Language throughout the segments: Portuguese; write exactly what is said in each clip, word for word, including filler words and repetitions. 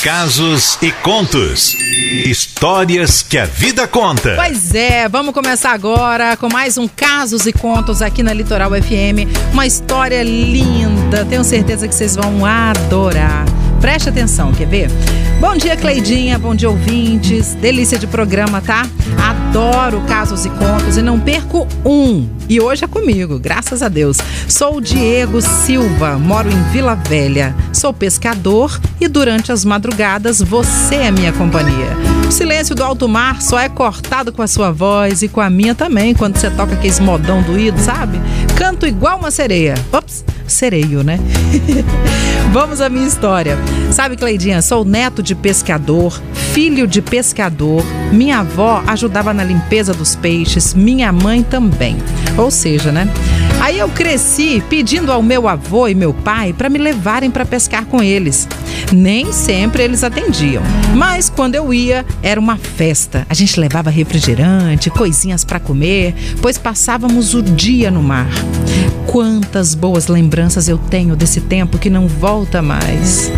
Casos e contos. Histórias que a vida conta. Pois é, vamos começar agora com mais um Casos e Contos aqui na Litoral F M. Uma história linda, tenho certeza que vocês vão adorar. Preste atenção, quer ver? Bom dia, Cleidinha, bom dia, ouvintes. Delícia de programa, tá? Adoro Casos e Contos e não perco um. E hoje é comigo, graças a Deus. Sou o Diego Silva, moro em Vila Velha. Sou pescador e durante as madrugadas você é minha companhia. O silêncio do alto mar só é cortado com a sua voz e com a minha também, quando você toca aqueles modão doído, sabe? Canto igual uma sereia. Ops, sereio, né? Vamos à minha história. Sabe, Cleidinha, sou neto de pescador, filho de pescador. Minha avó ajudava na limpeza dos peixes, minha mãe também. Ou seja, né? Aí eu cresci pedindo ao meu avô e meu pai para me levarem para pescar com eles. Nem sempre eles atendiam, mas quando eu ia, era uma festa. A gente levava refrigerante, coisinhas para comer, pois passávamos o dia no mar. Quantas boas lembranças eu tenho desse tempo que não volta mais.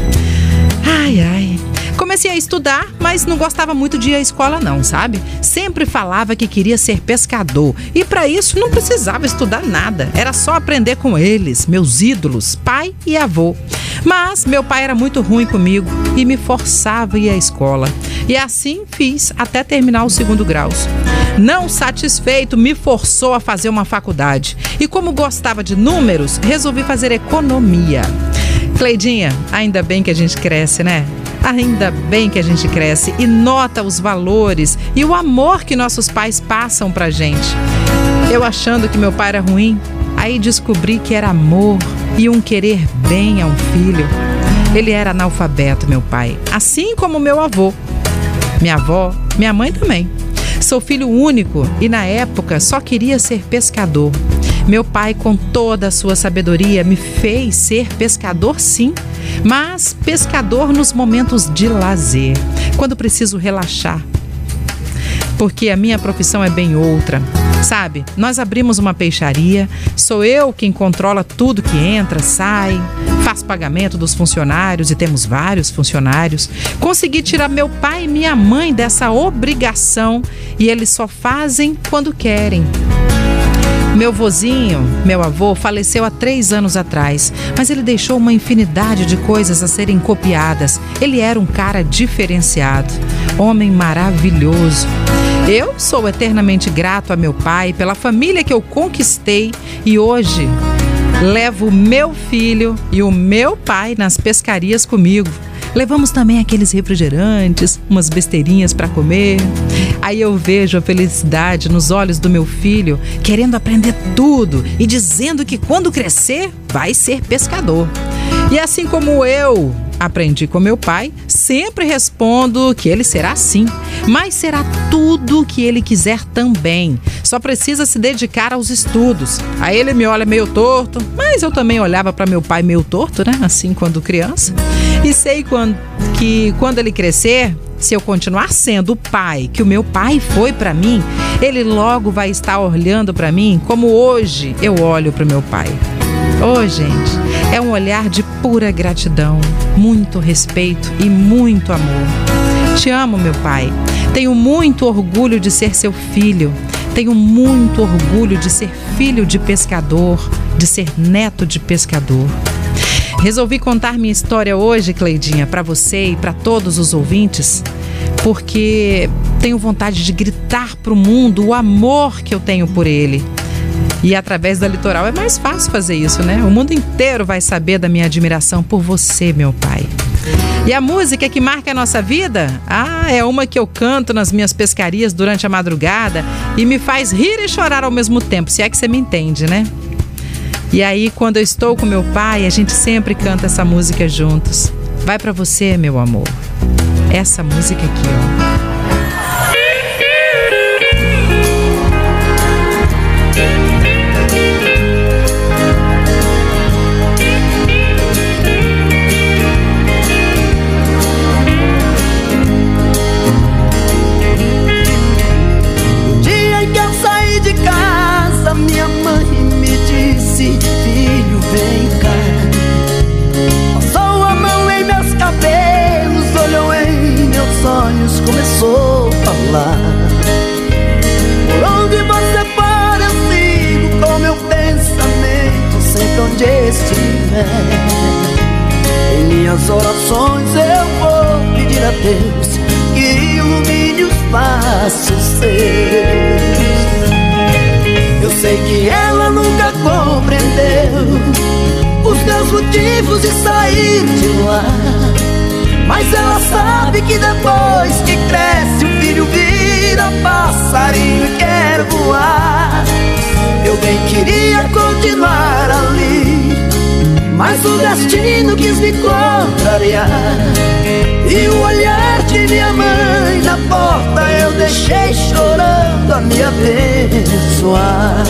Ai, ai. Comecei a estudar, mas não gostava muito de ir à escola não, sabe? Sempre falava que queria ser pescador e para isso não precisava estudar nada. Era só aprender com eles, meus ídolos, pai e avô. Mas meu pai era muito ruim comigo e me forçava a ir à escola. E assim fiz até terminar o segundo grau. Não satisfeito, me forçou a fazer uma faculdade. E como gostava de números, resolvi fazer economia. Cleidinha, ainda bem que a gente cresce, né? Ainda bem que a gente cresce e nota os valores e o amor que nossos pais passam pra gente. Eu achando que meu pai era ruim, aí descobri que era amor e um querer bem a um filho. Ele era analfabeto, meu pai, assim como meu avô, minha avó, minha mãe também. Sou filho único e na época só queria ser pescador. Meu pai, com toda a sua sabedoria, me fez ser pescador sim, mas pescador nos momentos de lazer, quando preciso relaxar. Porque a minha profissão é bem outra. Sabe, nós abrimos uma peixaria, sou eu quem controla tudo que entra, sai, faz pagamento dos funcionários e temos vários funcionários. Consegui tirar meu pai e minha mãe dessa obrigação e eles só fazem quando querem. Meu vozinho, meu avô, faleceu há três anos atrás, mas ele deixou uma infinidade de coisas a serem copiadas. Ele era um cara diferenciado, homem maravilhoso. Eu sou eternamente grato a meu pai pela família que eu conquistei e hoje levo meu filho e o meu pai nas pescarias comigo. Levamos também aqueles refrigerantes, umas besteirinhas para comer. Aí eu vejo a felicidade nos olhos do meu filho, querendo aprender tudo e dizendo que quando crescer vai ser pescador. E assim como eu aprendi com meu pai, sempre respondo que ele será sim, mas será tudo o que ele quiser também. Só precisa se dedicar aos estudos. Aí ele me olha meio torto, mas eu também olhava para meu pai meio torto, né? Assim, quando criança. E sei quando, que quando ele crescer, se eu continuar sendo o pai que o meu pai foi para mim, ele logo vai estar olhando para mim como hoje eu olho para o meu pai. Ô, oh, gente, é um olhar de pura gratidão, muito respeito e muito amor. Te amo, meu pai. Tenho muito orgulho de ser seu filho. Tenho muito orgulho de ser filho de pescador, de ser neto de pescador. Resolvi contar minha história hoje, Cleidinha, para você e para todos os ouvintes, porque tenho vontade de gritar para o mundo o amor que eu tenho por ele. E através da Litoral é mais fácil fazer isso, né? O mundo inteiro vai saber da minha admiração por você, meu pai. E a música que marca a nossa vida? Ah, é uma que eu canto nas minhas pescarias durante a madrugada e me faz rir e chorar ao mesmo tempo, se é que você me entende, né? E aí, quando eu estou com meu pai, a gente sempre canta essa música juntos. Vai pra você, meu amor. Essa música aqui, ó. Minha mãe me disse: filho, vem cá. Passou a mão em meus cabelos, olhou minhas orações eu vou pedir a Deus que ilumine os passos seus. Eu sei que ela nunca compreendeu os meus motivos de sair de lá, mas ela sabe que depois que cresce o filho vira passarinho e quer voar. Eu bem queria continuar ali, mas o destino quis me contrariar. E o olhar de minha mãe na porta eu deixei chorando a me abençoar.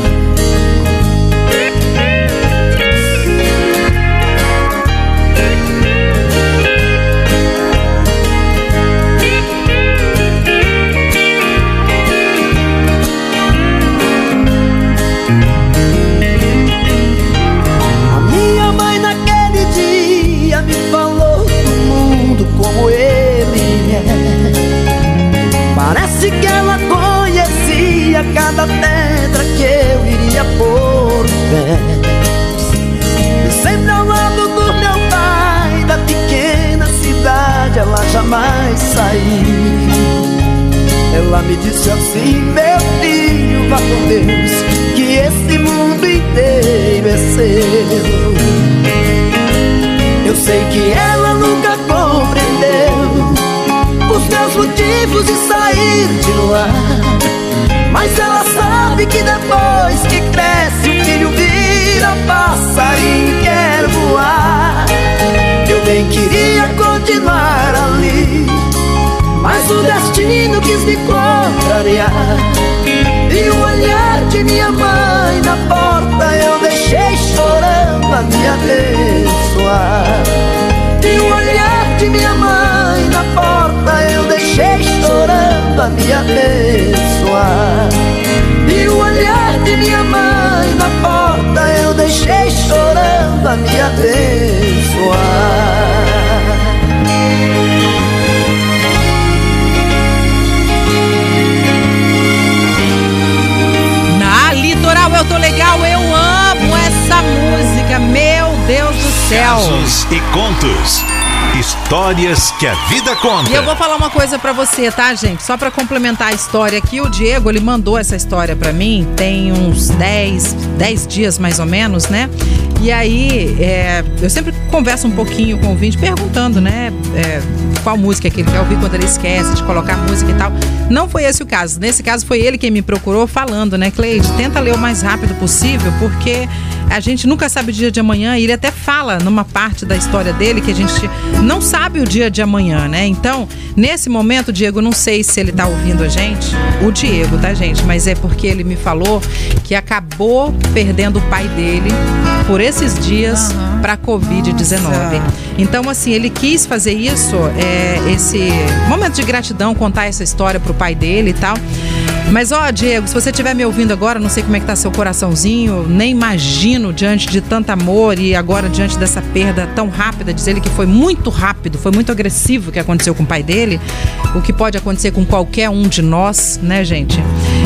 Como ele é, parece que ela conhecia cada pedra que eu iria pôr pé. E sempre ao lado do meu pai, da pequena cidade, ela jamais saiu. Ela me disse assim: meu filho, vá com Deus, que esse mundo inteiro é seu. Eu sei que ela nunca compreendeu os meus motivos de sair de lá, mas ela sabe que depois que cresce o filho vira passarinho e quer voar. Eu bem queria continuar ali, mas o destino quis me contrariar. E o olhar de minha mãe na porta eu deixei chorando a me abençoar. E o olhar de minha mãe na porta eu deixei chorando a me abençoar. E o olhar de minha mãe na porta eu deixei chorando a me abençoar. Litoral, eu tô legal, eu amo essa música, meu Deus do céu. Casos e contos, histórias que a vida conta. E eu vou falar uma coisa pra você, tá, gente? Só pra complementar a história aqui, o Diego, ele mandou essa história pra mim tem uns dez, dez dias mais ou menos, né? E aí, é, eu sempre converso um pouquinho com o ouvinte perguntando, né, é, qual música que ele quer ouvir quando ele esquece de colocar música e tal. Não foi esse o caso. Nesse caso foi ele quem me procurou falando, né, Cleide, tenta ler o mais rápido possível, porque a gente nunca sabe o dia de amanhã. E ele até fala numa parte da história dele que a gente não sabe o dia de amanhã, né? Então, nesse momento, Diego, não sei se ele tá ouvindo a gente, o Diego, tá, gente? Mas é porque ele me falou que acabou perdendo o pai dele por esses dias uhum. para covid dezenove. Então, assim, ele quis fazer isso, é, esse momento de gratidão, contar essa história pro pai dele e tal. Mas, ó, Diego, se você estiver me ouvindo agora, não sei como é que tá seu coraçãozinho, nem imagino diante de tanto amor e agora diante dessa perda tão rápida, diz ele que foi muito rápido, foi muito agressivo o que aconteceu com o pai dele, o que pode acontecer com qualquer um de nós, né, gente?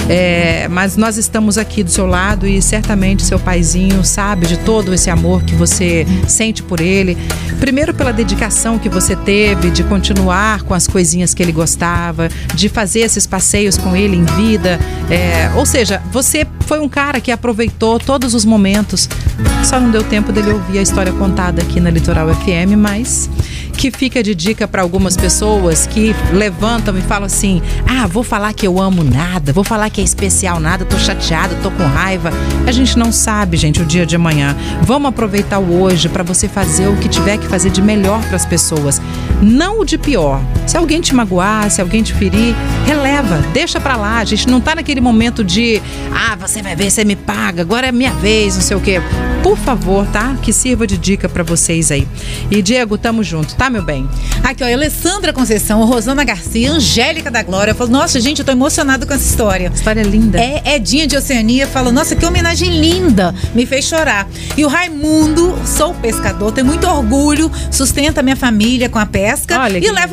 É, mas nós estamos aqui do seu lado e certamente seu paizinho sabe de todo esse amor que você sente por ele. Primeiro pela dedicação que você teve de continuar com as coisinhas que ele gostava, de fazer esses passeios com ele em vida. É, ou seja, você foi um cara que aproveitou todos os momentos. Só não deu tempo dele ouvir a história contada aqui na Litoral F M, mas que fica de dica para algumas pessoas que levantam e falam assim: ah, vou falar que eu amo nada, vou falar que é especial nada, tô chateada, tô com raiva. A gente não sabe, gente, o dia de amanhã. Vamos aproveitar o hoje para você fazer o que tiver que fazer de melhor para as pessoas, não o de pior. Se alguém te magoar, se alguém te ferir, releva, deixa pra lá. A gente não tá naquele momento de ah, você vai ver, você me paga, agora é minha vez, não sei o quê. Por favor, tá? Que sirva de dica pra vocês aí. E Diego, tamo junto, tá, meu bem? Aqui, ó, Alessandra Conceição, Rosana Garcia, Angélica da Glória falou: nossa, gente, eu tô emocionada com essa história. História linda. É, Edinha de Oceania falou: nossa, que homenagem linda, me fez chorar. E o Raimundo, sou pescador, tenho muito orgulho, sustenta minha família com a pesca. Olha, e que... levo meu filho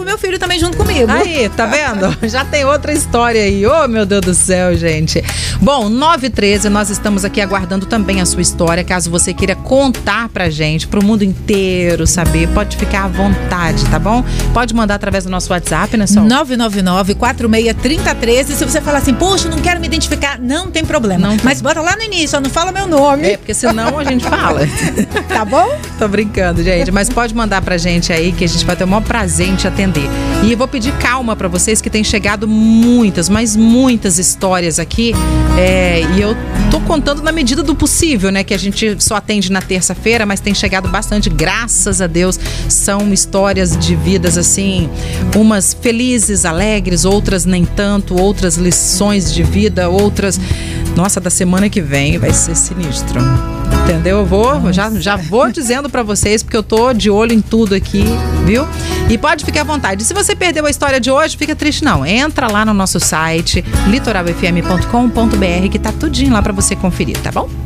também junto comigo. Aí, tá vendo? Já tem outra história aí. Ô, oh, meu Deus do céu, gente. Bom, nove e treze, nós estamos aqui aguardando também a sua história. Caso você queira contar pra gente, pro mundo inteiro saber, pode ficar à vontade, tá bom? Pode mandar através do nosso WhatsApp, né, Sol? nove nove nove, quatro seis, três zero um três. Se você falar assim, poxa, não quero me identificar, não tem problema. Não, mas bota lá no início, ó, não fala meu nome. É, porque senão a gente fala. Tá bom? Tô brincando, gente. Mas pode mandar pra gente aí que a gente vai ter o maior prazer em te atender. E eu vou pedir calma pra vocês que tem chegado muitas, mas muitas histórias aqui. É, e eu tô contando na medida do possível, né? Que a gente só atende na terça-feira, mas tem chegado bastante, graças a Deus. São histórias de vidas assim, umas felizes, alegres, outras nem tanto, outras lições de vida, outras... Nossa, da semana que vem vai ser sinistro. Entendeu? Eu vou, já, já vou dizendo pra vocês, porque eu tô de olho em tudo aqui, viu? E pode ficar à vontade. Se você perdeu a história de hoje, fica triste não. Entra lá no nosso site, litoral f m ponto com ponto b r, que tá tudinho lá pra você conferir, tá bom?